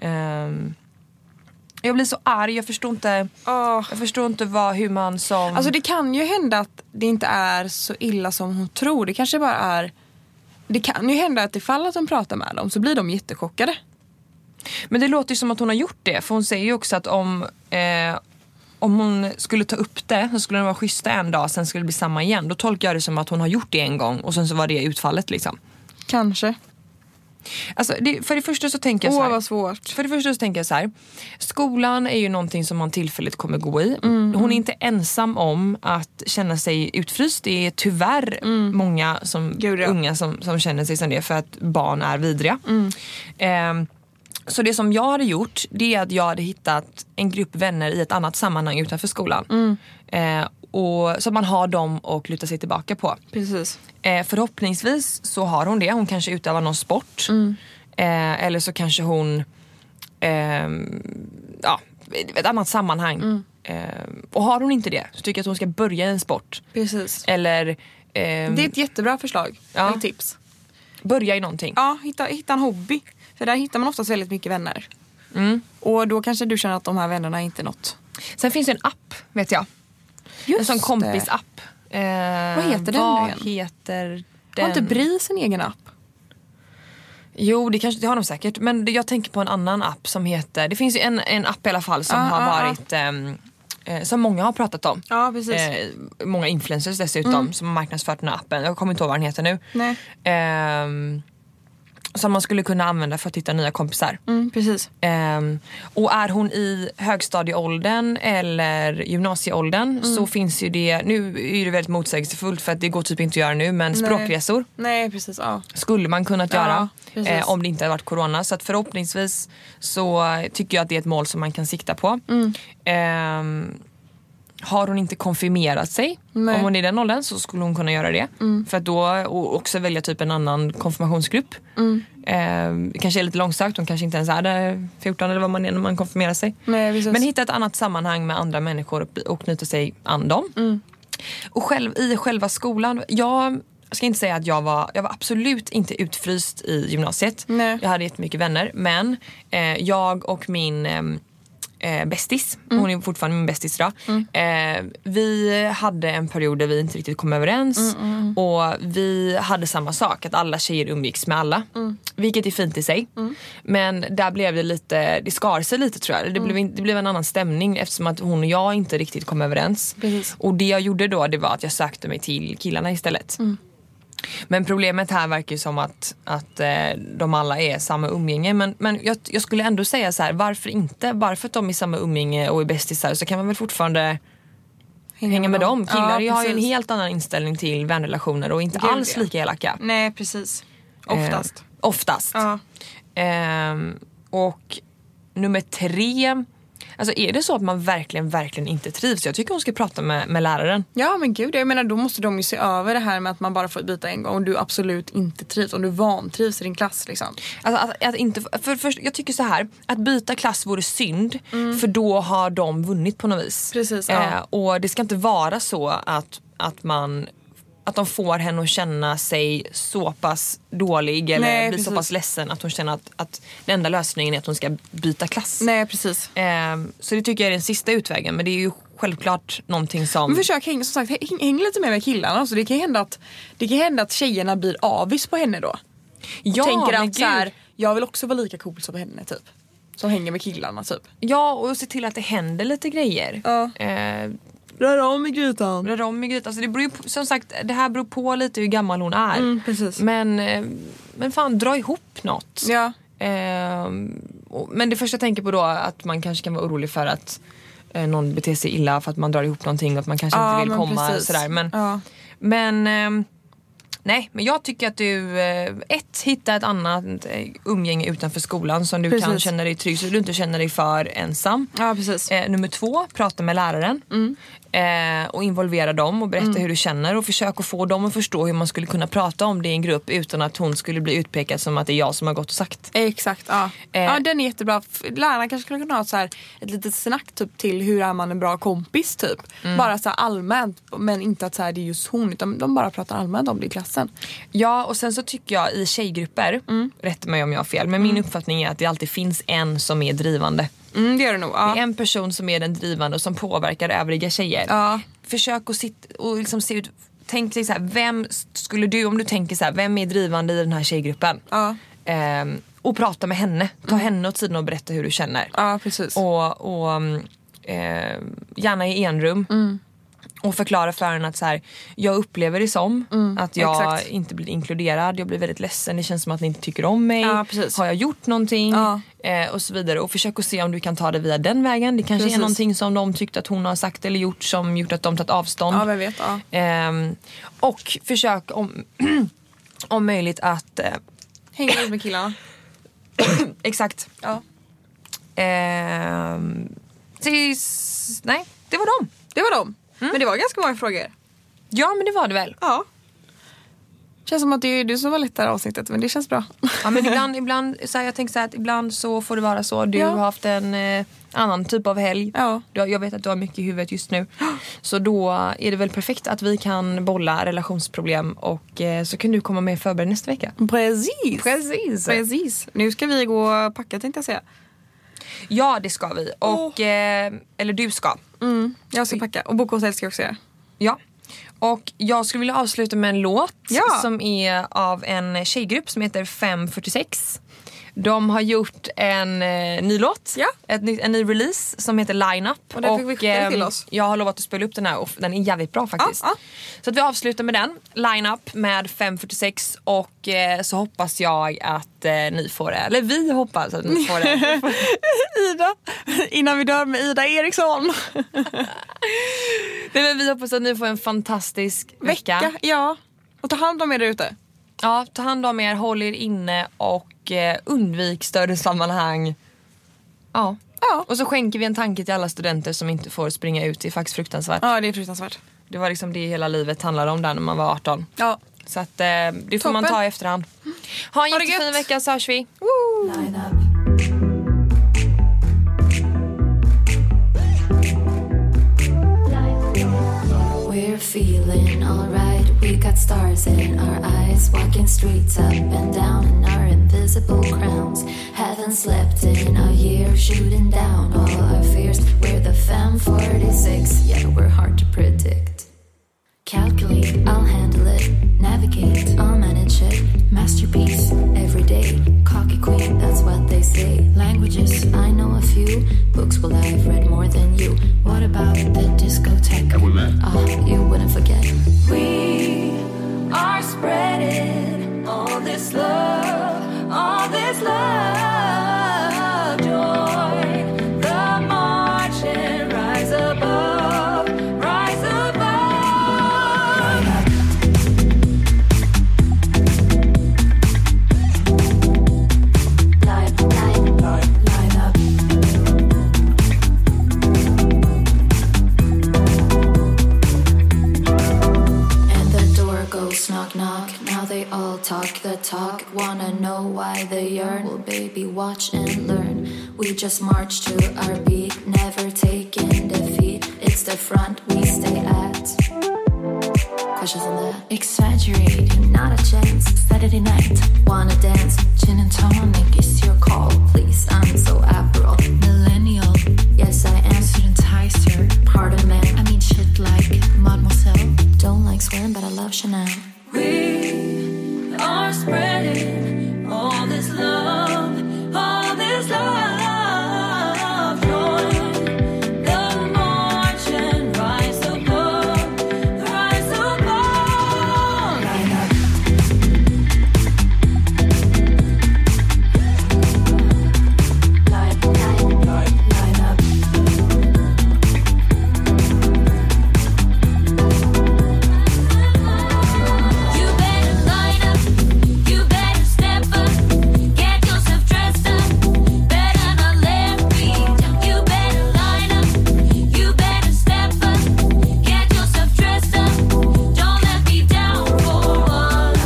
Jag blir så arg, jag förstår inte hur man som... Alltså det kan ju hända att det inte är så illa som hon tror. Det kanske bara är... Det kan ju hända att ifall att de pratar med dem så blir de jättechockade. Men det låter ju som att hon har gjort det. För hon säger ju också att om hon skulle ta upp det så skulle den vara schyssta en dag, sen skulle det bli samma igen. Då tolkar jag det som att hon har gjort det en gång och sen så var det utfallet liksom. Kanske. Alltså, för det första så tänker jag så här. Vad svårt. För det första så tänker jag så här. Skolan är ju någonting som man tillfälligt kommer gå i. Hon är inte ensam om att känna sig utfryst. Det är tyvärr många unga som känner sig som det, för att barn är vidriga. Så det som jag hade gjort, det är att jag hade hittat en grupp vänner i ett annat sammanhang utanför skolan. Och så man har dem att luta sig tillbaka på. Precis. Förhoppningsvis så har hon det. Hon kanske utövar någon sport. Eller så kanske hon ett annat sammanhang. Och har hon inte det så tycker jag att hon ska börja i en sport. Precis. Eller det är ett jättebra förslag. Eller tips. Börja i någonting. Ja, hitta en hobby. För där hittar man oftast väldigt mycket vänner. Och då kanske du känner att de här vännerna är inte något. Sen finns det en app, vet jag. Just en sån kompisapp. Vad heter den nu igen? Heter den? Har inte Bris en egen app? Jo, det har de säkert. Men jag tänker på en annan app som heter... Det finns ju en app i alla fall som har varit... som många har pratat om. Ja, precis. Många influencers dessutom som har marknadsfört den här appen. Jag kommer inte ihåg vad den heter nu. Nej. som man skulle kunna använda för att hitta nya kompisar. Precis. Och är hon i högstadieåldern eller gymnasieåldern så finns ju det, nu är det väldigt motsägelsefullt för att det går typ inte att göra nu, men språkresor Nej, precis. Ja. skulle man kunnat göra precis. om det inte hade varit corona. Så att förhoppningsvis så tycker jag att det är ett mål som man kan sikta på. Har hon inte konfirmerat sig, om hon är i den åldern, så skulle hon kunna göra det. För att då och också välja typ en annan konfirmationsgrupp. Kanske är lite långsökt, hon kanske inte ens är där 14 eller vad man är när man konfirmerar sig. Nej, men hitta ett annat sammanhang med andra människor och knyta sig an dem. Och i själva skolan, jag ska inte säga att jag var absolut inte utfryst i gymnasiet. Nej. Jag hade jättemycket vänner, men jag och min bästis, hon är fortfarande min bästis idag. Vi hade en period där vi inte riktigt kom överens och vi hade samma sak, att alla tjejer umgicks med alla, vilket är fint i sig, men där blev det lite, det skar sig lite tror jag. Det blev en annan stämning eftersom att hon och jag inte riktigt kom överens. Precis. Och det jag gjorde då, det var att jag sökte mig till killarna istället. Men problemet här verkar ju som att de alla är samma umgänge. Men jag skulle ändå säga så här, varför inte? Bara för att de är samma umgänge och är bästisar så kan man väl fortfarande hänga med dem. Killar har ju en helt annan inställning till vänrelationer och inte alls lika elaka. Nej, precis. Oftast. Ja. Och nummer 3... Alltså är det så att man verkligen inte trivs? Jag tycker hon ska prata med läraren. Ja, men gud, jag menar då måste de ju se över det här med att man bara får byta en gång. Om du absolut inte trivs, om du vantrivs i din klass liksom. Alltså att inte, för jag tycker så här, att byta klass vore synd, för då har de vunnit på något vis. Precis, ja. Och det ska inte vara så att de får henne att känna sig så pass dålig eller bli så pass ledsen att hon känner att den enda lösningen är att hon ska byta klass. Nej, precis. Så det tycker jag är den sista utvägen, men det är ju självklart någonting som... Men försök häng lite mer med killarna. Alltså, det kan hända att tjejerna blir avis på henne då. Och tänker att så här, jag vill också vara lika cool som henne typ. Som hänger med killarna typ. Ja, och se till att det händer lite grejer. Ja. Rör om i grytan. Alltså det beror ju på, som sagt, det här beror på lite hur gammal hon är. Precis. Men fan, dra ihop något. Ja. Men det första jag tänker på då att man kanske kan vara orolig för att någon beter sig illa för att man drar ihop någonting och att man kanske inte vill komma och sådär. Men jag tycker att du hitta ett annat umgänge utanför skolan som du kan känna dig trygg så du inte känner dig för ensam. Ja, precis. Nummer 2, prata med läraren och involvera dem och berätta hur du känner och försök att få dem att förstå hur man skulle kunna prata om det i en grupp utan att hon skulle bli utpekad som att det är jag som har gått och sagt. Exakt, ja. Ja, den är jättebra. Lärarna kanske skulle kunna ha så här ett litet snack typ till hur är man en bra kompis typ. Bara så här allmänt, men inte att så här, det är just hon utan de bara pratar allmänt om det i klassen. Ja, och sen så tycker jag i tjejgrupper, rätta mig om jag har fel, men min uppfattning är att det alltid finns en som är drivande. Det gör det nog, ja. Det är en person som är den drivande och som påverkar övriga tjejer. Ja. Försök att sitta och liksom se ut, tänk dig så här, vem skulle du, om du tänker så här, vem är drivande i den här tjejgruppen? Ja. Och prata med henne, ta henne åt tiden och berätta hur du känner. Ja, precis. Och gärna i enrum. Och förklara för henne att så här, jag upplever det som att jag inte blir inkluderad. Jag blir väldigt ledsen, det känns som att ni inte tycker om mig. Ja, har jag gjort någonting? Och så vidare. Och försök att se om du kan ta det via den vägen. Det kanske är någonting som de tyckte att hon har sagt eller gjort som gjort att de tagit avstånd. Ja, vem vet, ja. Och försök om möjligt att hänga ut med killarna. Exakt. Ja. Nej, det var dem. Men det var ganska många frågor. Ja, men det var det väl. Ja. Känns som att det är du som var lättare avsnittet, men det känns bra. Ja, men ibland så här, jag tänker så här att ibland så får det vara så. Du har haft en annan typ av helg. Ja. Jag vet att du har mycket i huvudet just nu. Så då är det väl perfekt att vi kan bolla relationsproblem och så kan du komma med förberedd nästa vecka. Precis. Nu ska vi gå och packa, tänkte jag säga. Ja, det ska vi. Och, eller du ska. Jag ska packa. Och boka hotell ska jag också göra. Ja. Och jag skulle vilja avsluta med en låt som är av en tjejgrupp som heter 546. De har gjort en ny låt, Ja. en ny release som heter Line Up. Och den fick vi skicka till oss. Jag har lovat att spela upp den här och den är jävligt bra faktiskt. Ja. Så att vi avslutar med den, Line Up med 546 och så hoppas jag att ni får det. Eller vi hoppas att ni får det. Ida, innan vi dör med Ida Eriksson. Nej, men vi hoppas att ni får en fantastisk vecka. Ja, och ta hand om er där ute. Ja, ta hand om er, håll er inne och undvik större sammanhang. Ja. Och så skänker vi en tanke till alla studenter som inte får springa ut. Det är faktiskt fruktansvärt. Ja, det är fruktansvärt. Det var liksom det hela livet handlade om där när man var 18. Ja. Så att det får man ta i efterhand. Ha en jättefin vecka så hörs vi. Line up. We're feeling alright. We got stars in our eyes, walking streets up and down in our invisible crowns. Haven't slept in a year, shooting down all our fears. We're the Femme 46, yeah, we're hard to predict. Calculate, I'll handle it. Navigate, I'll manage it. Masterpiece, every day. Cocky queen, that's what they say. Languages, I know a few. Books, well, I've read more than you. What about the discotheque? You wouldn't forget. We are spreading all this love, join the march and rise above, rise above. Line up. And the door goes knock knock. Now they all talk the talk. Wanna know why they yearn? Well, baby, watch and learn. We just march to our beat, never taking defeat. It's the front we stay at. Questions on that? Exaggerating, not a chance. Saturday night, wanna dance. Gin and tonic is your call, please. I'm so April. Millennial, yes I am. Studentizer, pardon man. I mean shit like Mademoiselle. Don't like swearing, but I love Chanel. We are spreading all this love, join the march and rise above, rise above. Line up. Line up. You better line up, you better step up, get yourself dressed up, better not let me down. You better line up, you better step up, get yourself dressed up, don't let me down for once.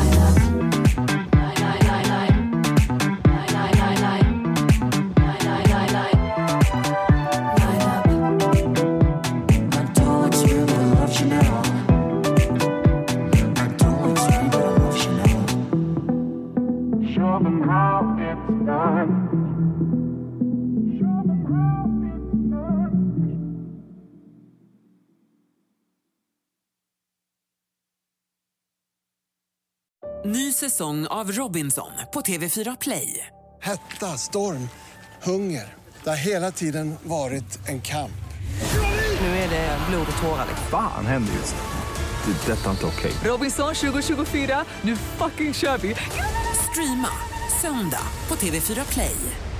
Ny säsong av Robinson på TV4 Play. Hetta, storm, hunger. Det har hela tiden varit en kamp. Nu är det blod och tårar. Fan händer just nu. Det. Detta är inte okej. Robinson 2024, nu fucking kör vi. Streama söndag på TV4 Play.